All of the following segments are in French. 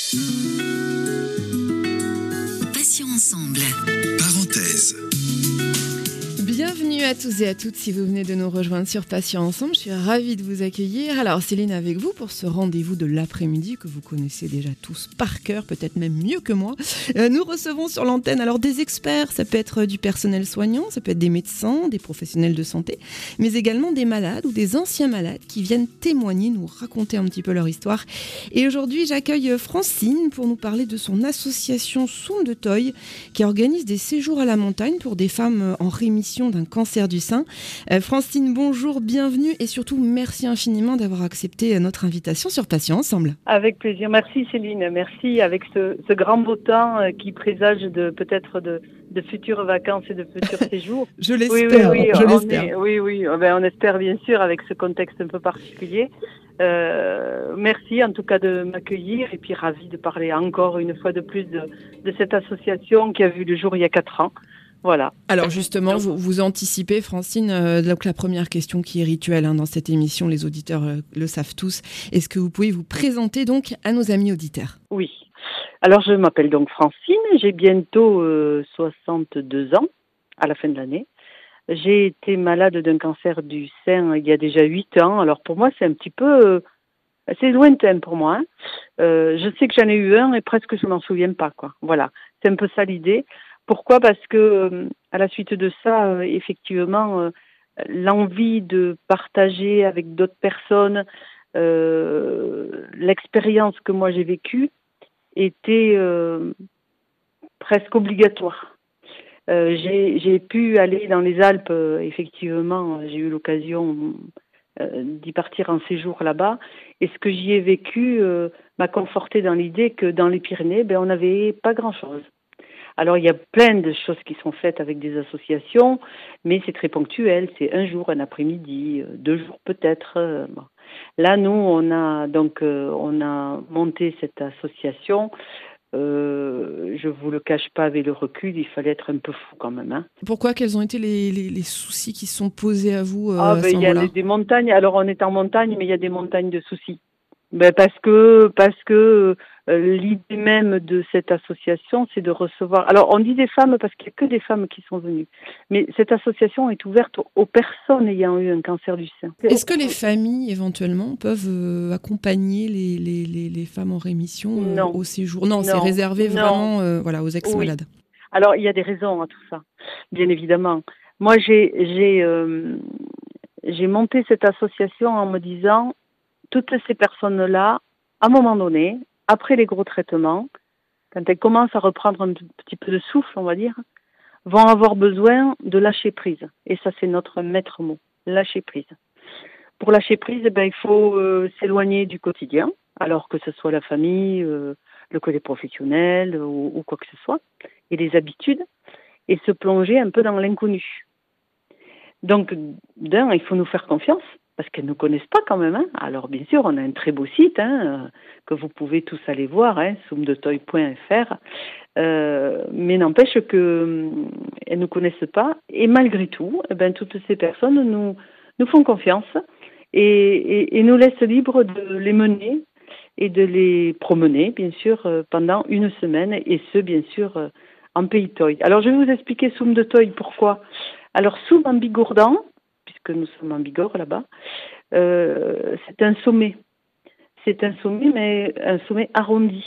Passions ensemble. Parenthèse. Bienvenue à tous et à toutes si vous venez de nous rejoindre sur Passions Ensemble. Je suis ravie de vous accueillir. Alors Céline avec vous pour ce rendez-vous de l'après-midi que vous connaissez déjà tous par cœur, peut-être même mieux que moi. Nous recevons sur l'antenne alors des experts, ça peut être du personnel soignant, ça peut être des médecins, des professionnels de santé, mais également des malades ou des anciens malades qui viennent témoigner, nous raconter un petit peu leur histoire. Et aujourd'hui j'accueille Francine pour nous parler de son association Soum de Toy qui organise des séjours à la montagne pour des femmes en rémission d'un cancer du sein. Francine, bonjour, bienvenue et surtout merci infiniment d'avoir accepté notre invitation sur Passions Ensemble. Avec plaisir, merci Céline, merci avec ce grand beau temps qui présage peut-être de futures vacances et de futurs séjours. Je l'espère, je l'espère. On espère bien sûr avec ce contexte un peu particulier. Merci en tout cas de m'accueillir et puis ravie de parler encore une fois de plus de cette association qui a vu le jour il y a 4 ans. Voilà. Alors justement, vous anticipez, Francine, donc la première question qui est rituelle dans cette émission, les auditeurs le savent tous. Est-ce que vous pouvez vous présenter donc à nos amis auditeurs ? Oui. Alors je m'appelle donc Francine, j'ai bientôt 62 ans à la fin de l'année. J'ai été malade d'un cancer du sein il y a déjà 8 ans. Alors pour moi, c'est un petit peu... c'est lointain pour moi. Je sais que j'en ai eu un et presque je m'en souviens pas, quoi. Voilà, c'est un peu ça l'idée. Pourquoi ? Parce que à la suite de ça, effectivement, l'envie de partager avec d'autres personnes l'expérience que moi j'ai vécue était presque obligatoire. J'ai pu aller dans les Alpes, effectivement, j'ai eu l'occasion d'y partir en séjour là-bas, et ce que j'y ai vécu m'a conforté dans l'idée que dans les Pyrénées, on n'avait pas grand-chose. Alors, il y a plein de choses qui sont faites avec des associations, mais c'est très ponctuel. C'est un jour, un après-midi, 2 jours peut-être. Bon. Là, nous, on a monté cette association. Je vous le cache pas, avec le recul, il fallait être un peu fou quand même. Pourquoi ? Quels ont été les soucis qui se sont posés à vous il y a des montagnes. Alors, on est en montagne, mais il y a des montagnes de soucis. Parce que l'idée même de cette association, c'est de recevoir... Alors, on dit des femmes parce qu'il n'y a que des femmes qui sont venues. Mais cette association est ouverte aux personnes ayant eu un cancer du sein. Est-ce que les familles, éventuellement, peuvent accompagner les femmes en rémission au séjour ? Non, c'est réservé vraiment aux ex-malades. Oui. Alors, il y a des raisons à tout ça, bien évidemment. Moi, j'ai monté cette association en me disant... Toutes ces personnes-là, à un moment donné, après les gros traitements, quand elles commencent à reprendre un petit peu de souffle, on va dire, vont avoir besoin de lâcher prise. Et ça, c'est notre maître mot, lâcher prise. Pour lâcher prise, il faut s'éloigner du quotidien, alors que ce soit la famille, le côté professionnel ou quoi que ce soit, et les habitudes, et se plonger un peu dans l'inconnu. Donc, il faut nous faire confiance. Parce qu'elles ne nous connaissent pas quand même. Alors bien sûr, on a un très beau site que vous pouvez tous aller voir, soumdetoy.fr. Mais n'empêche qu'elles ne nous connaissent pas. Et malgré tout, toutes ces personnes nous font confiance et nous laissent libres de les mener et de les promener, bien sûr, pendant 1 semaine. Et ce, bien sûr, en pays Toy. Alors je vais vous expliquer Soum de Toy, pourquoi. Alors Soum en Bigourdan, puisque nous sommes en Bigorre là-bas, c'est un sommet. C'est un sommet, mais un sommet arrondi,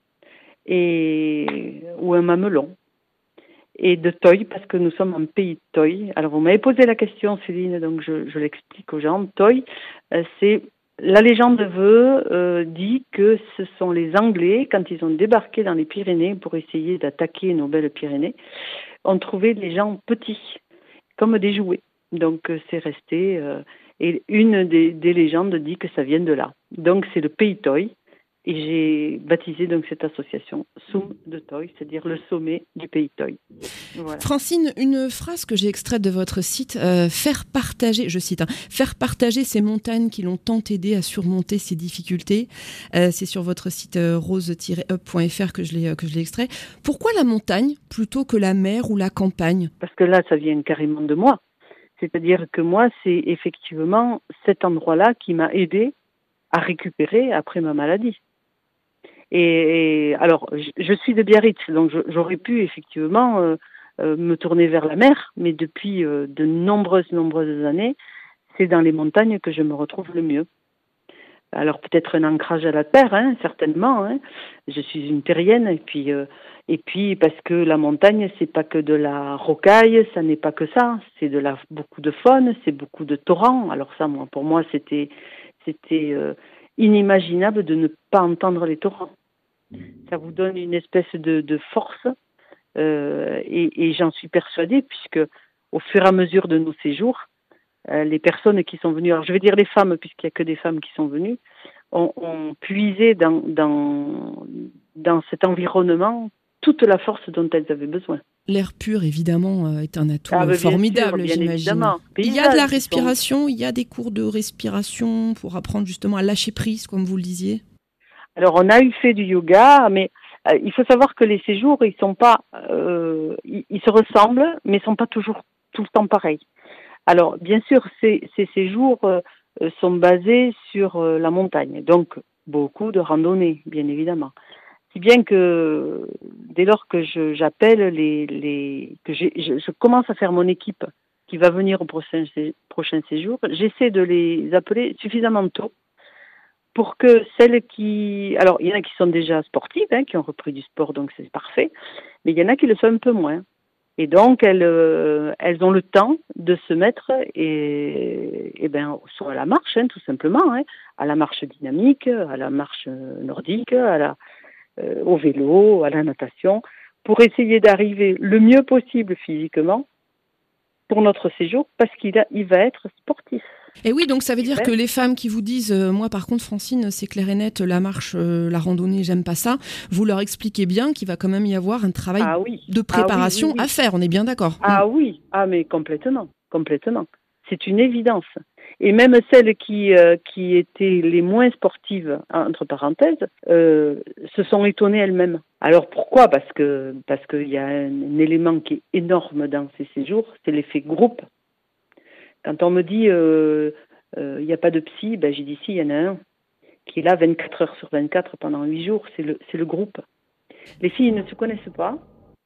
ou un mamelon. Et de Toy, parce que nous sommes en pays de Toy. Alors vous m'avez posé la question, Céline, donc je l'explique aux gens. Toy, c'est... La légende dit que ce sont les Anglais, quand ils ont débarqué dans les Pyrénées pour essayer d'attaquer nos belles Pyrénées, ont trouvé les gens petits, comme des jouets. Donc c'est resté, et une des légendes dit que ça vient de là. Donc c'est le pays Toy, et j'ai baptisé donc cette association Soum de Toy, c'est-à-dire le sommet du pays Toy. Voilà. Francine, une phrase que j'ai extraite de votre site, faire partager, je cite, faire partager ces montagnes qui l'ont tant aidé à surmonter ces difficultés. C'est sur votre site rose-up.fr que je l'ai extrait. Pourquoi la montagne plutôt que la mer ou la campagne ? Parce que là, ça vient carrément de moi. C'est-à-dire que moi, c'est effectivement cet endroit-là qui m'a aidé à récupérer après ma maladie. Alors, je suis de Biarritz, donc j'aurais pu effectivement me tourner vers la mer, mais depuis de nombreuses années, c'est dans les montagnes que je me retrouve le mieux. Alors peut-être un ancrage à la terre, hein, certainement. Hein. Je suis une terrienne et puis parce que la montagne c'est pas que de la rocaille, ça n'est pas que ça, c'est beaucoup de faune, c'est beaucoup de torrents. Alors ça, pour moi, c'était inimaginable de ne pas entendre les torrents. Ça vous donne une espèce de force et j'en suis persuadée puisque au fur et à mesure de nos séjours, les personnes qui sont venues, alors je vais dire les femmes puisqu'il n'y a que des femmes qui sont venues, ont puisé dans cet environnement toute la force dont elles avaient besoin. L'air pur, évidemment, est un atout formidable, bien j'imagine. Il y a de la respiration, il y a des cours de respiration pour apprendre justement à lâcher prise, comme vous le disiez. Alors, on a fait du yoga, mais il faut savoir que les séjours, ils sont pas, ils se ressemblent, mais ils sont pas toujours tout le temps pareils. Alors, bien sûr, ces séjours sont basés sur la montagne, donc beaucoup de randonnées, bien évidemment. Si bien que dès lors que j'appelle que je commence à faire mon équipe qui va venir au prochain séjour, j'essaie de les appeler suffisamment tôt pour que celles qui... Alors, il y en a qui sont déjà sportives, hein, qui ont repris du sport, donc c'est parfait, mais il y en a qui le sont un peu moins. Et donc, elles ont le temps de se mettre soit à la marche, hein, tout simplement, hein, à la marche dynamique, à la marche nordique, au vélo, à la natation, pour essayer d'arriver le mieux possible physiquement pour notre séjour, parce qu'il va être sportif. Et oui, donc ça veut dire que les femmes qui vous disent moi par contre Francine, c'est clair et net, la marche, la randonnée, j'aime pas ça, vous leur expliquez bien qu'il va quand même y avoir un travail de préparation à faire, on est bien d'accord? Ah oui, mais complètement. C'est une évidence. Et même celles qui étaient les moins sportives, entre parenthèses, se sont étonnées elles-mêmes. Alors pourquoi ? Parce qu'il y a un élément qui est énorme dans ces séjours, c'est l'effet groupe. Quand on me dit il n'y a pas de psy, j'ai dit si, il y en a un qui est là 24 heures sur 24 pendant 8 jours, c'est le groupe. Les filles ne se connaissent pas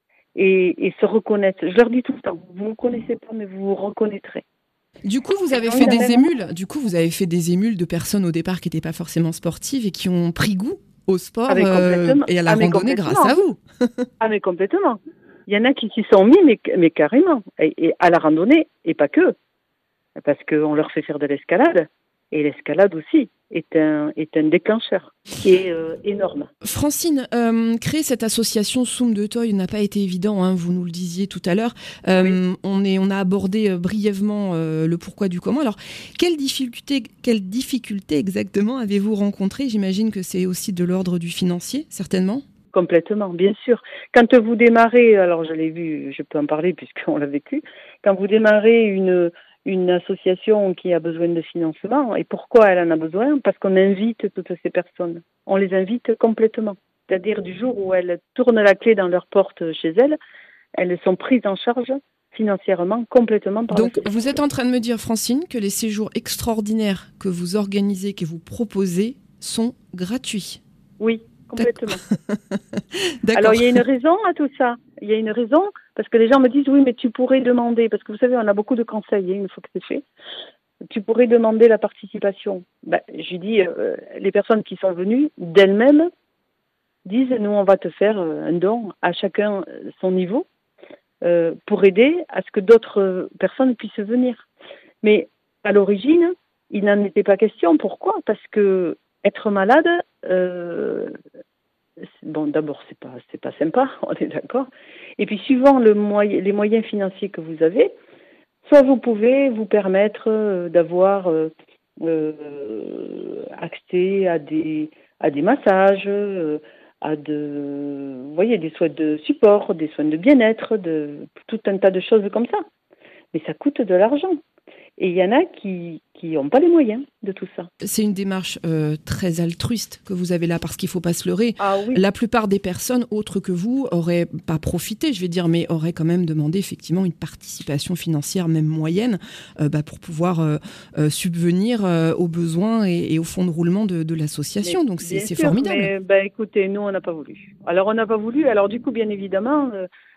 et se reconnaissent. Je leur dis tout le temps, vous ne me connaissez pas, mais vous vous reconnaîtrez. Du coup, vous avez fait des émules. Du coup, vous avez fait des émules de personnes au départ qui n'étaient pas forcément sportives et qui ont pris goût au sport et à la randonnée grâce à vous. Mais complètement. Il y en a qui s'y sont mis, mais carrément. Et à la randonnée, et pas que. Parce qu'on leur fait faire de l'escalade. Et l'escalade aussi est un déclencheur qui est énorme. Francine, créer cette association Soum de Toy n'a pas été évident, hein, vous nous le disiez tout à l'heure. Oui. On a abordé brièvement le pourquoi du comment. Alors, quelles difficultés exactement avez-vous rencontrées ? J'imagine que c'est aussi de l'ordre du financier, certainement. Complètement, bien sûr. Quand vous démarrez, alors je l'ai vu, je peux en parler puisqu'on l'a vécu, quand vous démarrez une association qui a besoin de financement, et pourquoi elle en a besoin ? Parce qu'on invite toutes ces personnes. On les invite complètement. C'est-à-dire du jour où elles tournent la clé dans leur porte chez elles sont prises en charge financièrement complètement par Donc, vous êtes en train de me dire, Francine, que les séjours extraordinaires que vous organisez, que vous proposez, sont gratuits ? Oui. Complètement. D'accord. Alors, il y a une raison à tout ça. Il y a une raison, parce que les gens me disent, oui, mais tu pourrais demander, parce que vous savez, on a beaucoup de conseils, une fois que c'est fait, tu pourrais demander la participation. Je dis, les personnes qui sont venues, d'elles-mêmes, disent, nous, on va te faire un don à chacun son niveau, pour aider à ce que d'autres personnes puissent venir. Mais à l'origine, il n'en était pas question. Pourquoi ? Parce que être malade, d'abord c'est pas sympa, on est d'accord. Et puis suivant les moyens financiers que vous avez, soit vous pouvez vous permettre d'avoir accès à des massages, des soins de support, des soins de bien-être, tout un tas de choses comme ça. Mais ça coûte de l'argent. Et il y en a qui n'ont pas les moyens de tout ça. C'est une démarche très altruiste que vous avez là, parce qu'il ne faut pas se leurrer. Ah oui. La plupart des personnes autres que vous auraient pas profité, je vais dire, mais auraient quand même demandé effectivement une participation financière, même moyenne, pour pouvoir subvenir aux besoins et au fonds de roulement de l'association. Donc c'est sûr, formidable. Mais écoutez, nous, on n'a pas voulu. Alors, on n'a pas voulu. Alors, du coup, bien évidemment...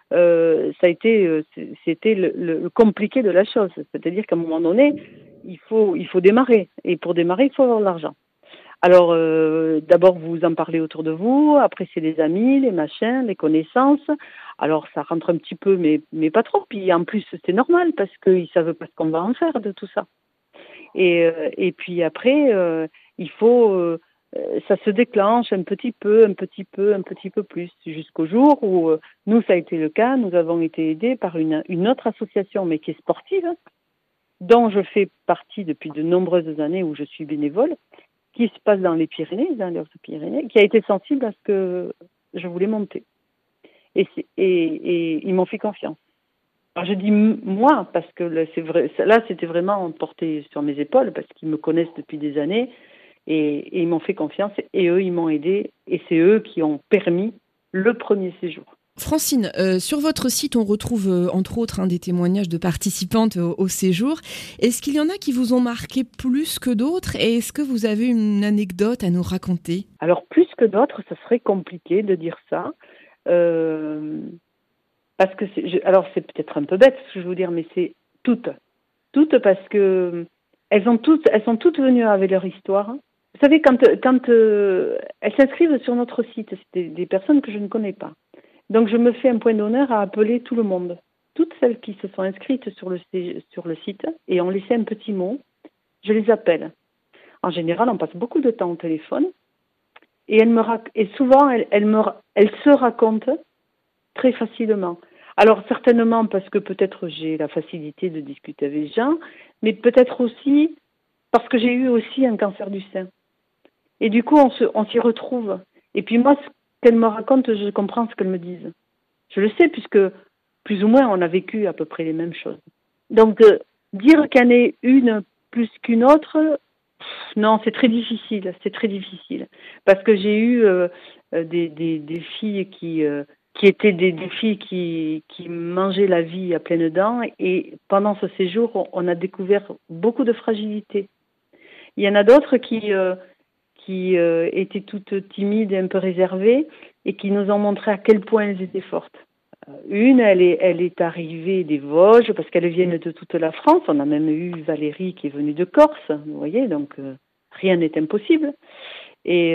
c'était le compliqué de la chose. C'est-à-dire qu'à un moment donné, il faut démarrer. Et pour démarrer, il faut avoir de l'argent. Alors, d'abord, vous en parlez autour de vous. Après, c'est les amis, les machins, les connaissances. Alors, ça rentre un petit peu, mais pas trop. Puis, en plus, c'est normal parce qu'ils ne savent pas ce qu'on va en faire de tout ça. Et puis après, il faut... ça se déclenche un petit peu plus, jusqu'au jour où nous, ça a été le cas. Nous avons été aidés par une autre association, mais qui est sportive, dont je fais partie depuis de nombreuses années, où je suis bénévole, qui se passe dans les Pyrénées, qui a été sensible à ce que je voulais monter. Et ils m'ont fait confiance. Alors je dis moi, parce que là, c'est vrai, là, c'était vraiment porté sur mes épaules, parce qu'ils me connaissent depuis des années. Et ils m'ont fait confiance et eux, ils m'ont aidé. Et c'est eux qui ont permis le premier séjour. Francine, sur votre site, on retrouve entre autres des témoignages de participantes au séjour. Est-ce qu'il y en a qui vous ont marqué plus que d'autres et est-ce que vous avez une anecdote à nous raconter ? Alors, plus que d'autres, ça serait compliqué de dire ça. Parce que alors, c'est peut-être un peu bête ce que je veux dire, mais c'est toutes. Toutes parce que elles sont toutes venues avec leur histoire. Vous savez, quand elles s'inscrivent sur notre site, c'est des personnes que je ne connais pas. Donc, je me fais un point d'honneur à appeler tout le monde. Toutes celles qui se sont inscrites sur le site et ont laissé un petit mot, je les appelle. En général, on passe beaucoup de temps au téléphone et souvent, elles se racontent très facilement. Alors, certainement parce que peut-être j'ai la facilité de discuter avec les gens, mais peut-être aussi parce que j'ai eu aussi un cancer du sein. Et du coup, on s'y retrouve. Et puis moi, ce qu'elles me racontent, je comprends ce qu'elles me disent. Je le sais, puisque plus ou moins, on a vécu à peu près les mêmes choses. Donc, dire qu'il y en ait une plus qu'une autre, non, c'est très difficile. C'est très difficile. Parce que j'ai eu des filles qui étaient des filles qui mangeaient la vie à pleines dents. Et pendant ce séjour, on a découvert beaucoup de fragilité. Il y en a d'autres qui étaient toutes timides et un peu réservées et qui nous ont montré à quel point elles étaient fortes. Une, elle est arrivée des Vosges parce qu'elles viennent de toute la France. On a même eu Valérie qui est venue de Corse, vous voyez, donc rien n'est impossible. Et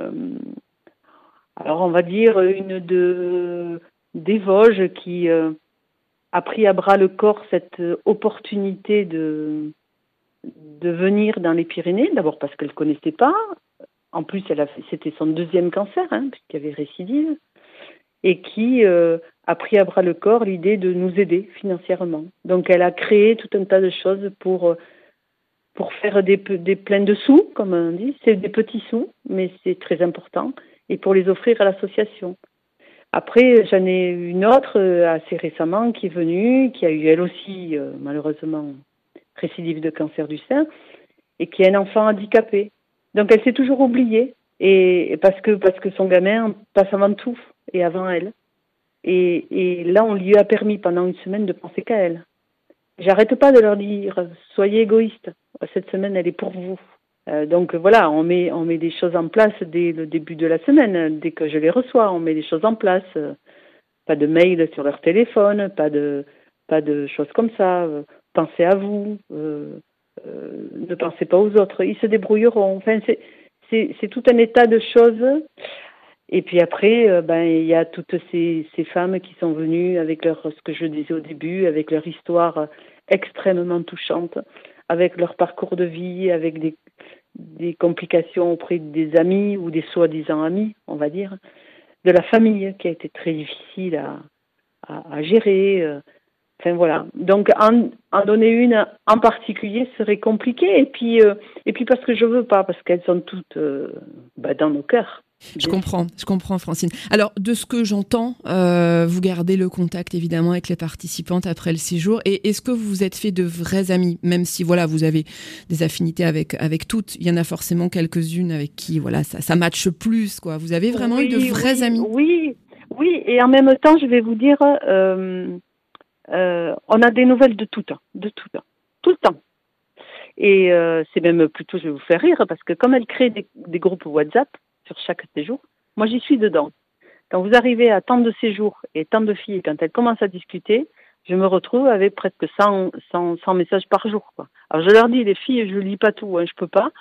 alors on va dire une des Vosges qui a pris à bras le corps cette opportunité de venir dans les Pyrénées, d'abord parce qu'elle ne connaissait pas. En plus, c'était son deuxième cancer, puisqu'il y avait récidive, et qui a pris à bras le corps l'idée de nous aider financièrement. Donc, elle a créé tout un tas de choses pour faire des pleins de sous, comme on dit. C'est des petits sous, mais c'est très important, et pour les offrir à l'association. Après, j'en ai une autre assez récemment qui est venue, qui a eu elle aussi, malheureusement, récidive de cancer du sein, et qui est un enfant handicapé. Donc elle s'est toujours oubliée, et parce que son gamin passe avant tout et avant elle. Et là, on lui a permis pendant une semaine de penser qu'à elle. J'arrête pas de leur dire, soyez égoïstes. Cette semaine, elle est pour vous. Donc voilà, on met des choses en place dès le début de la semaine. Dès que je les reçois, on met des choses en place. Pas de mail sur leur téléphone, pas de choses comme ça. Pensez à vous. Ne pensez pas aux autres. Ils se débrouilleront. Enfin, c'est tout un état de choses. Et puis après, il y a toutes ces femmes qui sont venues avec ce que je disais au début, avec leur histoire extrêmement touchante, avec leur parcours de vie, avec des complications auprès des amis ou des soi-disant amis, on va dire, de la famille qui a été très difficile à gérer. Enfin voilà. Donc en donner une en particulier serait compliqué. Et puis parce que je veux pas, parce qu'elles sont toutes dans nos cœurs. Je comprends, Francine. Alors, de ce que j'entends, vous gardez le contact évidemment avec les participantes après le séjour. Et est-ce que vous vous êtes fait de vrais amis, même si voilà, vous avez des affinités avec toutes, il y en a forcément quelques-unes avec qui voilà, ça matche plus, quoi. Vous avez vraiment eu de vrais amis? Oui. Et en même temps, je vais vous dire, on a des nouvelles de tout le temps. Et c'est même plutôt, je vais vous faire rire, parce que comme elle crée des groupes WhatsApp sur chaque séjour, moi j'y suis dedans. Quand vous arrivez à tant de séjours et tant de filles, quand elles commencent à discuter, je me retrouve avec presque 100 messages par jour, quoi. Alors je leur dis, les filles, je lis pas tout, hein, je peux pas.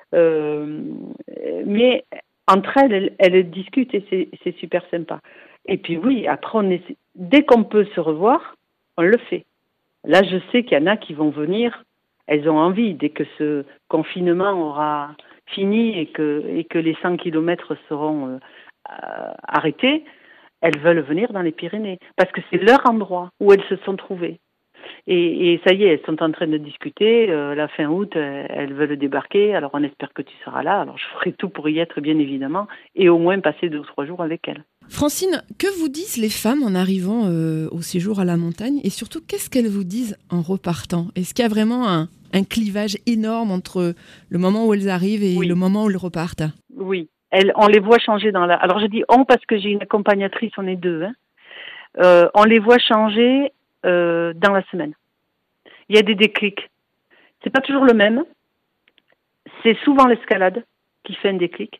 Mais entre elles discutent et c'est super sympa. Et puis oui, après, dès qu'on peut se revoir, on le fait. Là, je sais qu'il y en a qui vont venir. Elles ont envie, dès que ce confinement aura fini et que les 100 kilomètres seront arrêtés, elles veulent venir dans les Pyrénées. Parce que c'est leur endroit où elles se sont trouvées. Et ça y est, elles sont en train de discuter. La fin août, elles veulent débarquer. Alors on espère que tu seras là. Alors je ferai tout pour y être, bien évidemment. Et au moins passer 2 ou 3 jours avec elles. Francine, que vous disent les femmes en arrivant au séjour à la montagne? Et surtout, qu'est-ce qu'elles vous disent en repartant? Est-ce qu'il y a vraiment un clivage énorme entre le moment où elles arrivent et le moment où elles repartent? Oui, on les voit changer Alors je dis on parce que j'ai une accompagnatrice, on est 2. On les voit changer dans la semaine. Il y a des déclics. C'est pas toujours le même. C'est souvent l'escalade qui fait un déclic.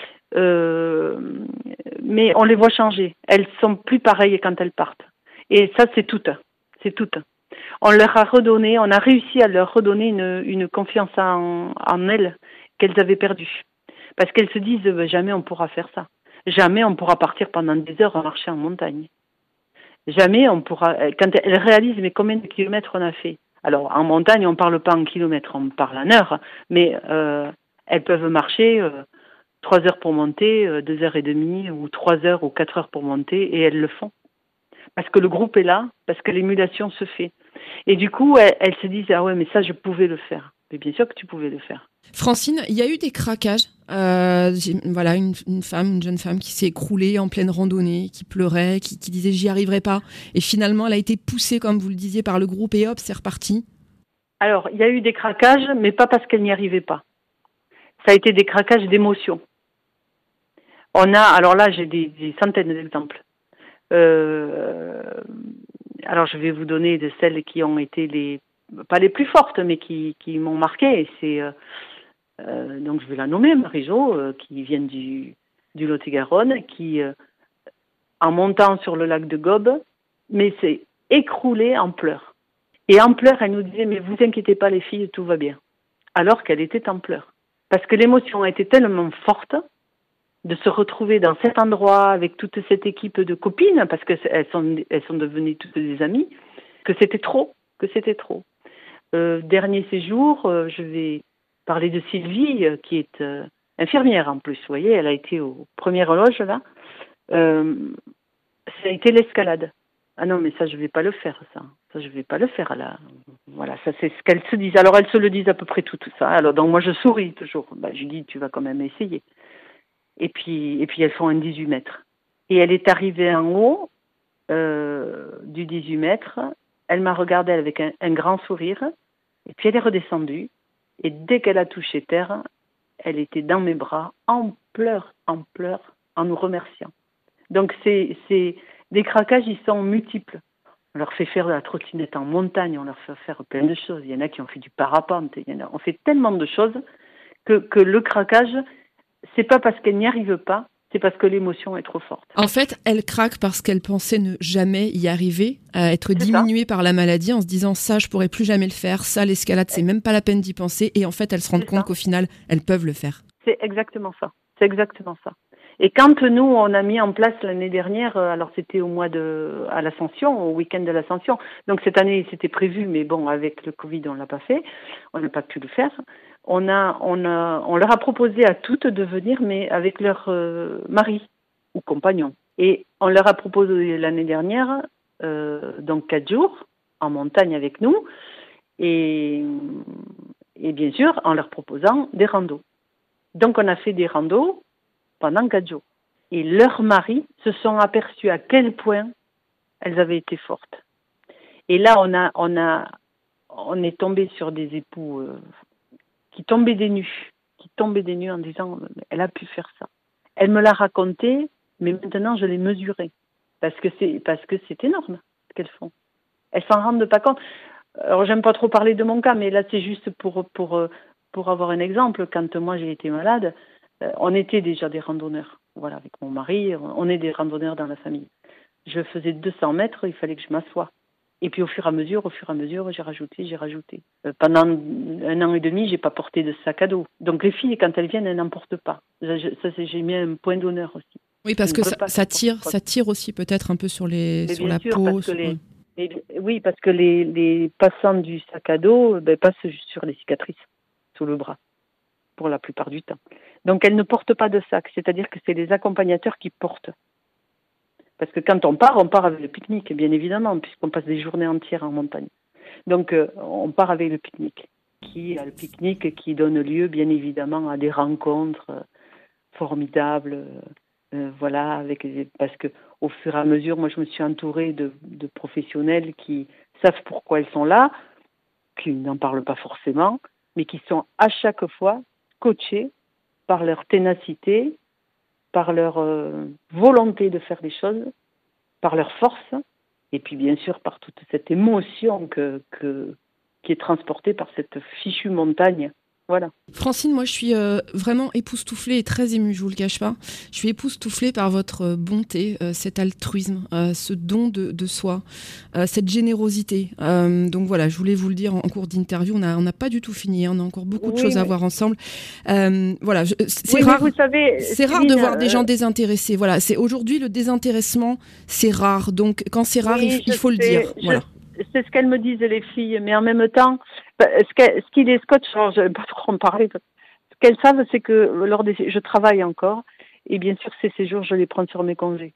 Mais on les voit changer. Elles sont plus pareilles quand elles partent. Et ça, c'est toutes. On a réussi à leur redonner une confiance en elles qu'elles avaient perdue. Parce qu'elles se disent, jamais on pourra faire ça. Jamais on pourra partir pendant des heures à marcher en montagne. Jamais on pourra, quand elles réalisent, mais combien de kilomètres on a fait. Alors, en montagne, on parle pas en kilomètres, on parle en heures. Mais elles peuvent marcher 3 heures pour monter, 2 heures et demie, ou 3 heures ou 4 heures pour monter, et elles le font. Parce que le groupe est là, parce que l'émulation se fait. Et du coup, elles se disent, ah ouais, mais ça, je pouvais le faire. Mais bien sûr que tu pouvais le faire. Francine, il y a eu des craquages. Voilà, une jeune femme qui s'est écroulée en pleine randonnée, qui pleurait, qui disait j'y arriverai pas. Et finalement, elle a été poussée, comme vous le disiez, par le groupe et hop, c'est reparti. Alors, il y a eu des craquages, mais pas parce qu'elle n'y arrivait pas. Ça a été des craquages d'émotion. Alors là, j'ai des centaines d'exemples. Alors, je vais vous donner de celles qui ont été pas les plus fortes, mais qui m'ont marqué. C'est donc je vais la nommer, Marie-Jo, qui vient du Lot-et-Garonne, qui en montant sur le lac de Gobes, mais s'est écroulée en pleurs. Et en pleurs, elle nous disait, mais vous inquiétez pas les filles, tout va bien. Alors qu'elle était en pleurs. Parce que l'émotion a été tellement forte de se retrouver dans cet endroit avec toute cette équipe de copines, parce qu'elles sont devenues toutes des amies, que c'était trop. Dernier séjour, je vais parler de Sylvie, qui est infirmière en plus. Vous voyez, elle a été aux premières loges là. Ça a été l'escalade. Ah non, mais ça, je vais pas le faire, ça. Ça, je vais pas le faire, là. Voilà, ça, c'est ce qu'elles se disent. Alors, elles se le disent à peu près tout ça. Alors, donc, moi, je souris toujours. Je dis, tu vas quand même essayer. Et puis, elles font un 18 mètres. Et elle est arrivée en haut du 18 mètres. Elle m'a regardée avec un grand sourire. Et puis, elle est redescendue. Et dès qu'elle a touché terre, elle était dans mes bras, en pleurs, en nous remerciant. Donc, c'est des craquages, ils sont multiples. On leur fait faire de la trottinette en montagne, on leur fait faire plein de choses. Il y en a qui ont fait du parapente, on fait tellement de choses que le craquage, c'est pas parce qu'elle n'y arrive pas, c'est parce que l'émotion est trop forte. En fait, elle craque parce qu'elle pensait ne jamais y arriver, à être diminuée par la maladie en se disant ça, je pourrais plus jamais le faire, ça, l'escalade, c'est même pas la peine d'y penser. Et en fait, elles se rendent compte qu'au final, elles peuvent le faire. C'est exactement ça. Et quand nous, on a mis en place l'année dernière, alors c'était à l'Ascension, au week-end de l'Ascension, donc cette année c'était prévu, mais bon, avec le Covid, on l'a pas fait, on n'a pas pu le faire. On leur a proposé à toutes de venir, mais avec leur mari ou compagnon. Et on leur a proposé l'année dernière, donc 4 jours, en montagne avec nous, et bien sûr, en leur proposant des randos. Donc on a fait des randos, pendant 4 jours. Et leurs maris se sont aperçus à quel point elles avaient été fortes. Et là, on est tombé sur des époux qui tombaient des nues en disant « elle a pu faire ça ». Elle me l'a raconté, mais maintenant je l'ai mesuré. Parce que c'est énorme ce qu'elles font. Elles s'en rendent pas compte. Alors, j'aime pas trop parler de mon cas, mais là, c'est juste pour avoir un exemple. Quand moi, j'ai été malade, on était déjà des randonneurs. Voilà, avec mon mari, on est des randonneurs dans la famille. Je faisais 200 mètres, il fallait que je m'assoie. Et puis, au fur et à mesure, j'ai rajouté. Pendant 1 an et demi, j'ai pas porté de sac à dos. Donc, les filles, quand elles viennent, elles n'en portent pas. J'ai mis un point d'honneur aussi. Oui, parce que ça tire aussi peut-être un peu sur la sûr, peau. Oui, parce que les passants du sac à dos passent sur les cicatrices, sous le bras, pour la plupart du temps. Donc, elles ne portent pas de sac, c'est-à-dire que c'est les accompagnateurs qui portent. Parce que quand on part avec le pique-nique, bien évidemment, puisqu'on passe des journées entières en montagne. Donc, on part avec le pique-nique, qui donne lieu, bien évidemment, à des rencontres formidables. Voilà, parce que au fur et à mesure, moi, je me suis entourée de professionnels qui savent pourquoi elles sont là, qui n'en parlent pas forcément, mais qui sont à chaque fois coachés par leur ténacité, par leur volonté de faire les choses, par leur force, et puis bien sûr par toute cette émotion qui est transportée par cette fichue montagne. Voilà. Francine, moi je suis vraiment époustouflée et très émue, je vous le cache pas. Je suis époustouflée par votre bonté, cet altruisme, ce don de soi, cette générosité. Donc voilà, je voulais vous le dire en cours d'interview, on n'a pas du tout fini, on a encore beaucoup de choses à voir ensemble. Voilà, c'est rare, vous savez, c'est rare de voir des gens désintéressés. Voilà, c'est aujourd'hui le désintéressement, c'est rare. Donc quand c'est rare, il faut le dire. Voilà. C'est ce qu'elles me disent les filles, mais en même temps, ce qui les scotche, je ne vais pas trop en parler. Ce qu'elles savent, c'est que je travaille encore, et bien sûr ces séjours, je les prends sur mes congés.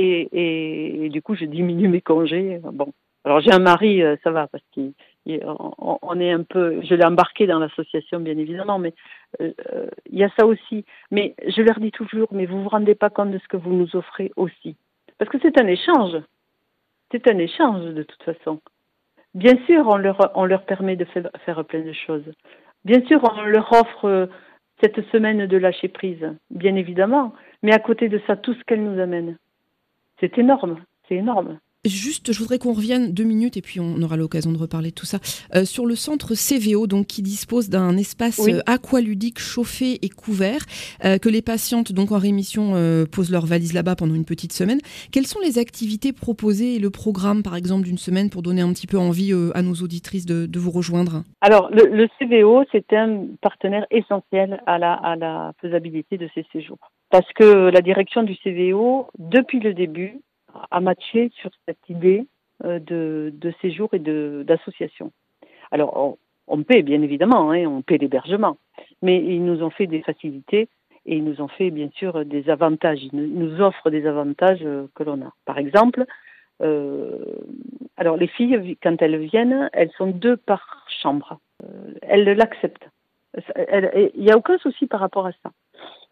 Et du coup, je diminue mes congés. Bon, alors j'ai un mari, ça va, parce qu'on est un peu, je l'ai embarqué dans l'association, bien évidemment, mais il y a ça aussi. Mais je leur dis toujours, mais vous vous rendez pas compte de ce que vous nous offrez aussi, parce que c'est un échange. C'est un échange de toute façon. Bien sûr, on leur permet de faire plein de choses. Bien sûr, on leur offre cette semaine de lâcher prise, bien évidemment. Mais à côté de ça, tout ce qu'elles nous amènent, c'est énorme, c'est énorme. Juste, je voudrais qu'on revienne 2 minutes et puis on aura l'occasion de reparler de tout ça. Sur le centre CVO, donc qui dispose d'un espace aqualudique chauffé et couvert, que les patientes donc en rémission posent leur valise là-bas pendant une petite semaine. Quelles sont les activités proposées et le programme, par exemple, d'une semaine pour donner un petit peu envie à nos auditrices de vous rejoindre? Alors, le CVO, c'est un partenaire essentiel à la faisabilité de ces séjours. Parce que la direction du CVO, depuis le début, a matché sur cette idée de séjour et d'association. Alors, on paie, bien évidemment, on paie l'hébergement, mais ils nous ont fait des facilités et ils nous ont fait, bien sûr, des avantages. Ils nous offrent des avantages que l'on a. Par exemple, alors les filles, quand elles viennent, elles sont 2 par chambre. Elles l'acceptent. Il n'y a aucun souci par rapport à ça.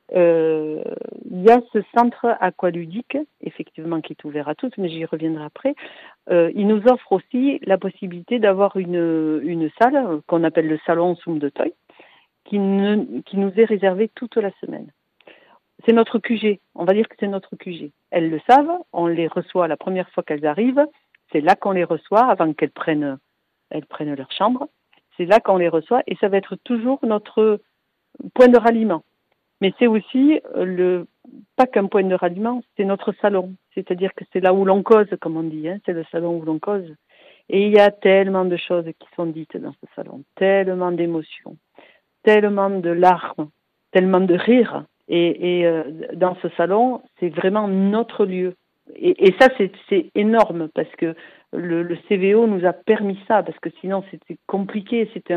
Il y a ce centre aqualudique, effectivement, qui est ouvert à tous, mais j'y reviendrai après. Il nous offre aussi la possibilité d'avoir une salle qu'on appelle le salon Soum de Toy, qui nous est réservée toute la semaine. C'est notre QG, on va dire que c'est notre QG. Elles le savent, on les reçoit la première fois qu'elles arrivent, c'est là qu'on les reçoit avant qu'elles prennent leur chambre. C'est là qu'on les reçoit et ça va être toujours notre point de ralliement. Mais c'est aussi pas qu'un point de ralliement, c'est notre salon. C'est-à-dire que c'est là où l'on cause, comme on dit, c'est le salon où l'on cause. Et il y a tellement de choses qui sont dites dans ce salon, tellement d'émotions, tellement de larmes, tellement de rires. Et dans ce salon, c'est vraiment notre lieu. Et ça, c'est énorme parce que le CVO nous a permis ça, parce que sinon c'était compliqué, c'était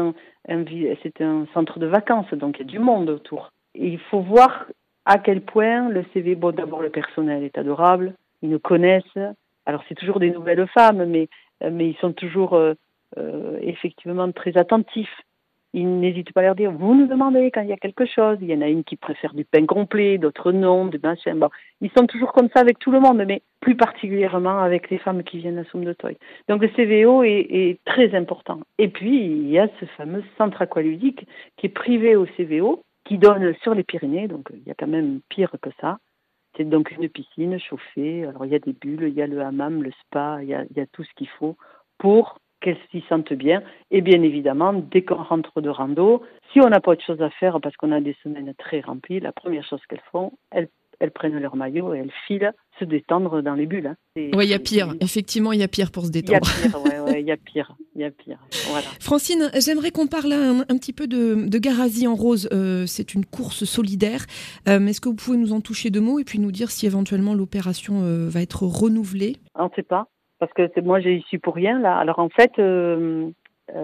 un centre de vacances, donc il y a du monde autour. Et il faut voir à quel point le CVO, bon, d'abord le personnel est adorable, ils nous connaissent, alors c'est toujours des nouvelles femmes, mais ils sont toujours effectivement très attentifs. ils n'hésitent pas à leur dire, vous nous demandez quand il y a quelque chose. Il y en a une qui préfère du pain complet, d'autres non, du machin. Bon, ils sont toujours comme ça avec tout le monde, mais plus particulièrement avec les femmes qui viennent à Somme de Toy. Donc le CVO est très important. Et puis, il y a ce fameux centre aqualudique qui est privé au CVO, qui donne sur les Pyrénées, donc il y a quand même pire que ça. C'est donc une piscine chauffée, alors il y a des bulles, il y a le hammam, le spa, il y a tout ce qu'il faut pour qu'elles s'y sentent bien. Et bien évidemment, dès qu'on rentre de rando, si on n'a pas autre chose à faire parce qu'on a des semaines très remplies, la première chose qu'elles font, elles prennent leur maillot et elles filent se détendre dans les bulles. Hein. Oui, il y a pire. Effectivement, il y a pire pour se détendre. Il y a pire. Voilà. Francine, j'aimerais qu'on parle un petit peu de Garazi en rose. C'est une course solidaire. Est-ce que vous pouvez nous en toucher 2 mots et puis nous dire si éventuellement l'opération va être renouvelée ? On ne sait pas. Parce que moi, j'ai issu pour rien, là. Alors, en fait, l'an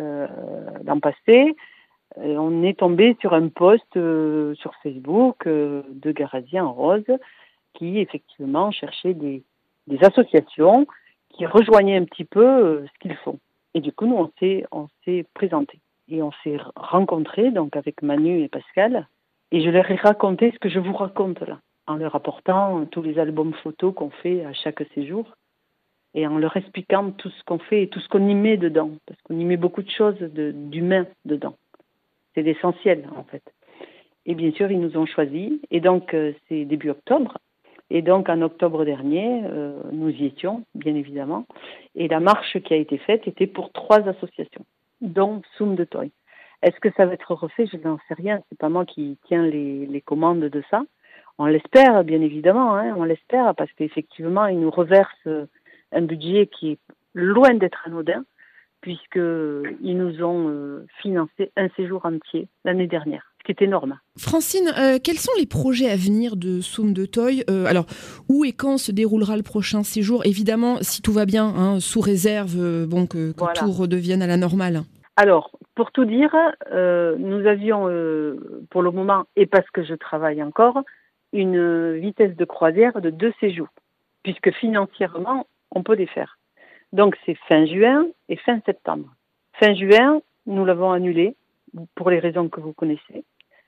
passé, on est tombé sur un post sur Facebook de Garazi en rose qui, effectivement, cherchait des associations qui rejoignaient un petit peu ce qu'ils font. Et du coup, nous, on s'est présentés. Et on s'est rencontrés, donc, avec Manu et Pascal. Et je leur ai raconté ce que je vous raconte, là, en leur apportant tous les albums photos qu'on fait à chaque séjour. Et en leur expliquant tout ce qu'on fait et tout ce qu'on y met dedans. Parce qu'on y met beaucoup de choses d'humain dedans. C'est l'essentiel, en fait. Et bien sûr, ils nous ont choisis. Et donc, c'est début octobre. Et donc, en octobre dernier, nous y étions, bien évidemment. Et la marche qui a été faite était pour 3 associations, dont Somme de Toy. Est-ce que ça va être refait ? Je n'en sais rien. C'est pas moi qui tiens les commandes de ça. On l'espère, bien évidemment. Hein, on l'espère parce qu'effectivement, ils nous reversent un budget qui est loin d'être anodin, puisqu'ils nous ont financé un séjour entier l'année dernière, ce qui est énorme. Francine, quels sont les projets à venir de Somme de Toy ? Alors, où et quand se déroulera le prochain séjour ? Évidemment, si tout va bien, hein, sous réserve que voilà, tout redevienne à la normale. Alors, pour tout dire, nous avions, pour le moment, et parce que je travaille encore, une vitesse de croisière de 2 séjours, puisque financièrement, on peut les faire. Donc, c'est fin juin et fin septembre. Fin juin, nous l'avons annulé, pour les raisons que vous connaissez.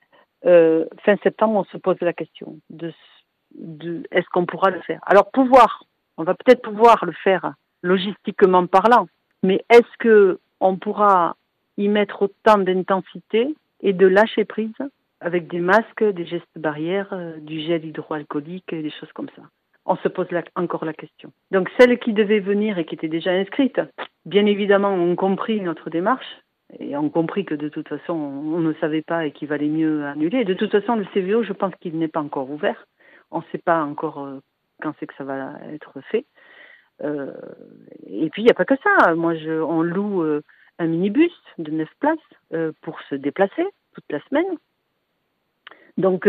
Fin septembre, on se pose la question de est-ce qu'on pourra le faire ? Alors, on va peut-être pouvoir le faire logistiquement parlant, mais est-ce qu'on pourra y mettre autant d'intensité et de lâcher prise avec des masques, des gestes barrières, du gel hydroalcoolique et des choses comme ça ? On se pose encore la question. Donc, celles qui devaient venir et qui étaient déjà inscrites, bien évidemment, ont compris notre démarche et ont compris que de toute façon, on ne savait pas et qu'il valait mieux annuler. De toute façon, le CVO, je pense qu'il n'est pas encore ouvert. On ne sait pas encore quand c'est que ça va être fait. Et puis, il n'y a pas que ça. On loue un minibus de 9 places pour se déplacer toute la semaine. Donc,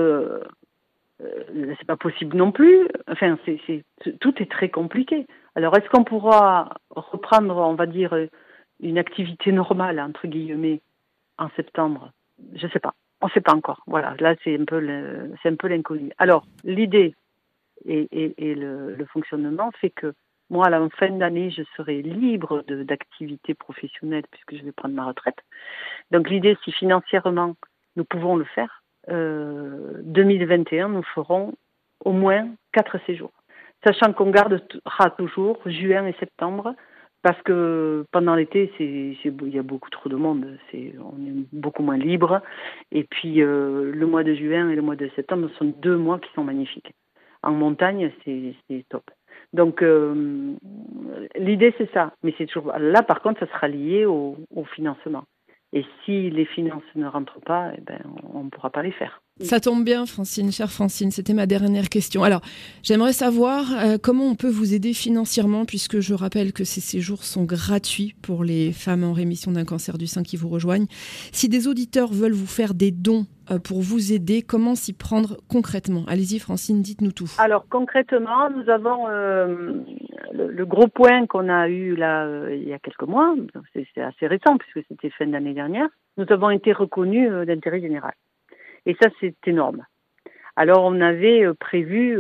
c'est pas possible non plus. Enfin, tout est très compliqué. Alors, est-ce qu'on pourra reprendre, on va dire, une activité normale, entre guillemets, en septembre ? Je sais pas. On sait pas encore. Voilà. Là, c'est un peu l'inconnu. Alors, l'idée et le fonctionnement fait que moi, à la fin d'année, je serai libre d'activité professionnelle puisque je vais prendre ma retraite. Donc, l'idée, si financièrement, nous pouvons le faire, 2021, nous ferons au moins 4 séjours. Sachant qu'on gardera toujours juin et septembre, parce que pendant l'été, il y a beaucoup trop de monde, on est beaucoup moins libre. Et puis, le mois de juin et le mois de septembre sont 2 mois qui sont magnifiques. En montagne, c'est top. Donc, l'idée, c'est ça. Mais c'est toujours là, par contre, ça sera lié au financement. Et si les finances ne rentrent pas, on ne pourra pas les faire. Ça tombe bien, Francine, chère Francine, c'était ma dernière question. Alors, j'aimerais savoir comment on peut vous aider financièrement, puisque je rappelle que ces séjours sont gratuits pour les femmes en rémission d'un cancer du sein qui vous rejoignent. Si des auditeurs veulent vous faire des dons pour vous aider, comment s'y prendre concrètement ? Allez-y, Francine, dites-nous tout. Alors, concrètement, nous avons le gros point qu'on a eu là il y a quelques mois, c'est assez récent puisque c'était fin d'année dernière, nous avons été reconnus d'intérêt général. Et ça, c'est énorme. Alors, on avait prévu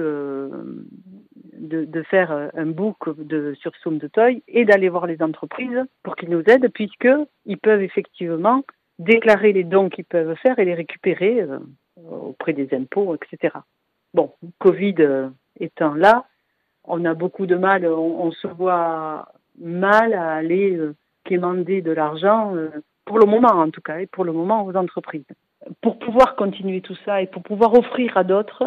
de faire un book sur Somme de Toy et d'aller voir les entreprises pour qu'ils nous aident, puisqu'ils peuvent effectivement déclarer les dons qu'ils peuvent faire et les récupérer auprès des impôts, etc. Bon, Covid étant là, on a beaucoup de mal, on se voit mal à aller quémander de l'argent, pour le moment en tout cas, et pour le moment aux entreprises. Pour pouvoir continuer tout ça et pour pouvoir offrir à d'autres,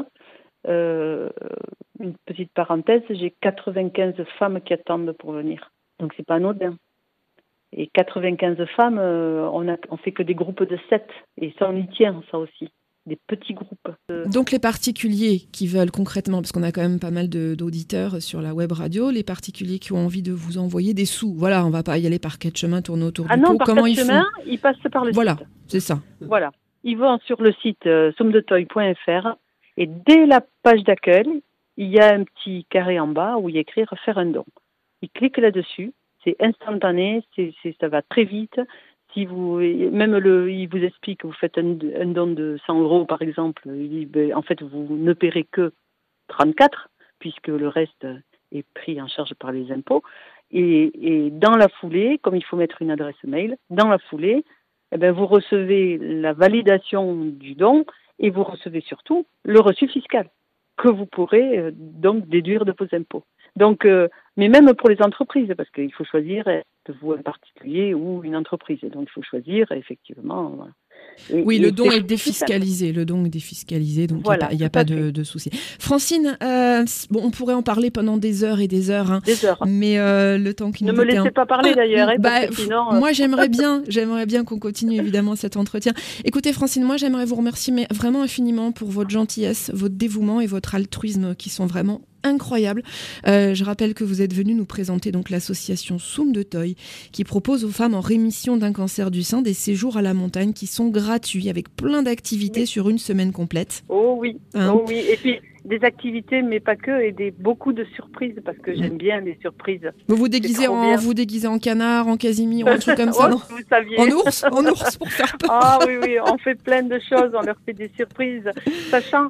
une petite parenthèse, j'ai 95 femmes qui attendent pour venir. Donc c'est pas anodin. Et 95 femmes, on fait que des groupes de 7. Et ça, on y tient, ça aussi. Des petits groupes. Donc les particuliers qui veulent concrètement, parce qu'on a quand même pas mal d'auditeurs sur la web radio, les particuliers qui ont envie de vous envoyer des sous. Voilà, on va pas y aller par 4 chemins, tourner autour du pot. Ah non, par 4 chemins, ils passent par le site. Voilà, c'est ça. Voilà. Ils vont sur le site sommedetoy.fr et dès la page d'accueil, il y a un petit carré en bas où il y a écrit « Faire un don ». Ils cliquent là-dessus, c'est instantané, ça va très vite. Si vous, il vous explique que vous faites un don de 100 € par exemple, il dit, en fait vous ne paierez que 34 puisque le reste est pris en charge par les impôts. Et dans la foulée, comme il faut mettre une adresse mail, dans la foulée, vous recevez la validation du don et vous recevez surtout le reçu fiscal que vous pourrez donc déduire de vos impôts. Donc, mais même pour les entreprises, parce qu'il faut choisir, êtes-vous un particulier ou une entreprise. Et donc, il faut choisir, effectivement. Voilà. Oui, le don est défiscalisé. Le don est défiscalisé, donc voilà, il n'y a pas de souci. Francine, on pourrait en parler pendant des heures et des heures. Hein, des heures. Mais le temps qui nous Ne me laissez pas parler d'ailleurs. Parce que sinon, moi, j'aimerais bien qu'on continue évidemment cet entretien. Écoutez, Francine, moi, j'aimerais vous remercier mais vraiment infiniment pour votre gentillesse, votre dévouement et votre altruisme qui sont vraiment incroyable. Je rappelle que vous êtes venu nous présenter donc l'association Sommedetoy qui propose aux femmes en rémission d'un cancer du sein des séjours à la montagne qui sont gratuits avec plein d'activités sur une semaine complète. Oh oui, oui. Et puis des activités, mais pas que, et beaucoup de surprises parce que j'aime bien les surprises. Vous vous déguisez en canard, en Casimir, un truc comme ça, non ? Vous saviez. En ours pour faire peur. Ah oui, on fait plein de choses, on leur fait des surprises, sachant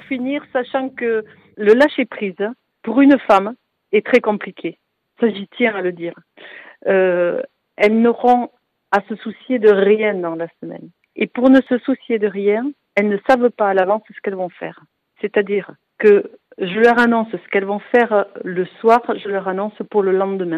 que le lâcher-prise, pour une femme, est très compliqué. Ça, j'y tiens à le dire. Elles n'auront à se soucier de rien dans la semaine. Et pour ne se soucier de rien, elles ne savent pas à l'avance ce qu'elles vont faire. C'est-à-dire que je leur annonce ce qu'elles vont faire le soir, je leur annonce pour le lendemain.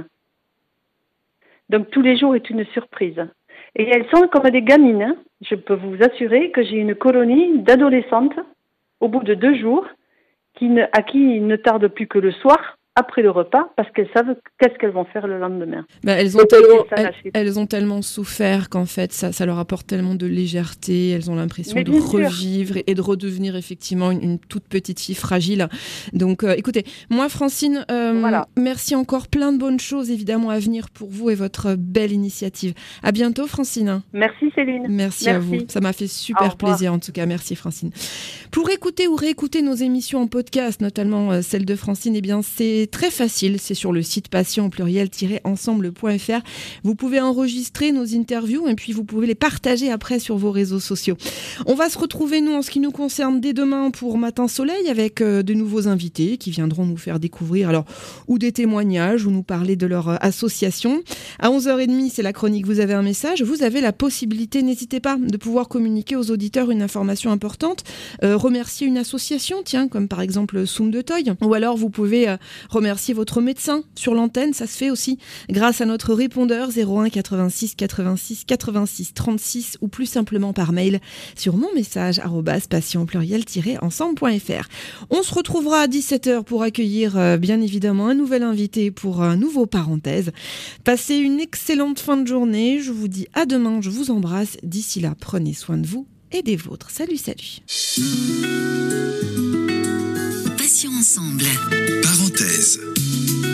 Donc tous les jours est une surprise. Et elles sont comme des gamines. Hein. Je peux vous assurer que j'ai une colonie d'adolescentes, au bout de 2 jours, à qui il ne tarde plus que le soir, après le repas, parce qu'elles savent qu'est-ce qu'elles vont faire le lendemain. Elles ont tellement souffert qu'en fait, ça leur apporte tellement de légèreté, elles ont l'impression de revivre et de redevenir effectivement une toute petite fille fragile. Donc écoutez, moi Francine, merci encore, plein de bonnes choses évidemment à venir pour vous et votre belle initiative. À bientôt Francine. Merci Céline. Merci à vous, ça m'a fait super plaisir en tout cas, merci Francine. Pour écouter ou réécouter nos émissions en podcast, notamment celle de Francine, eh bien c'est très facile, c'est sur le site passion-ensemble.fr. Vous pouvez enregistrer nos interviews et puis vous pouvez les partager après sur vos réseaux sociaux. On va se retrouver, nous, en ce qui nous concerne, dès demain pour Matin Soleil avec de nouveaux invités qui viendront nous faire découvrir ou des témoignages ou nous parler de leur association. À 11h30, c'est la chronique Vous avez un message. Vous avez la possibilité, n'hésitez pas, de pouvoir communiquer aux auditeurs une information importante, remercier une association, comme par exemple Sommedetoy, ou alors vous pouvez remercier votre médecin sur l'antenne, ça se fait aussi grâce à notre répondeur 01 86 86 86 36 ou plus simplement par mail sur monmessage@passion-ensemble.fr. On se retrouvera à 17h pour accueillir bien évidemment un nouvel invité pour un nouveau parenthèse. Passez une excellente fin de journée, je vous dis à demain, je vous embrasse. D'ici là, prenez soin de vous et des vôtres. Salut. Passion ensemble. Parenthèse.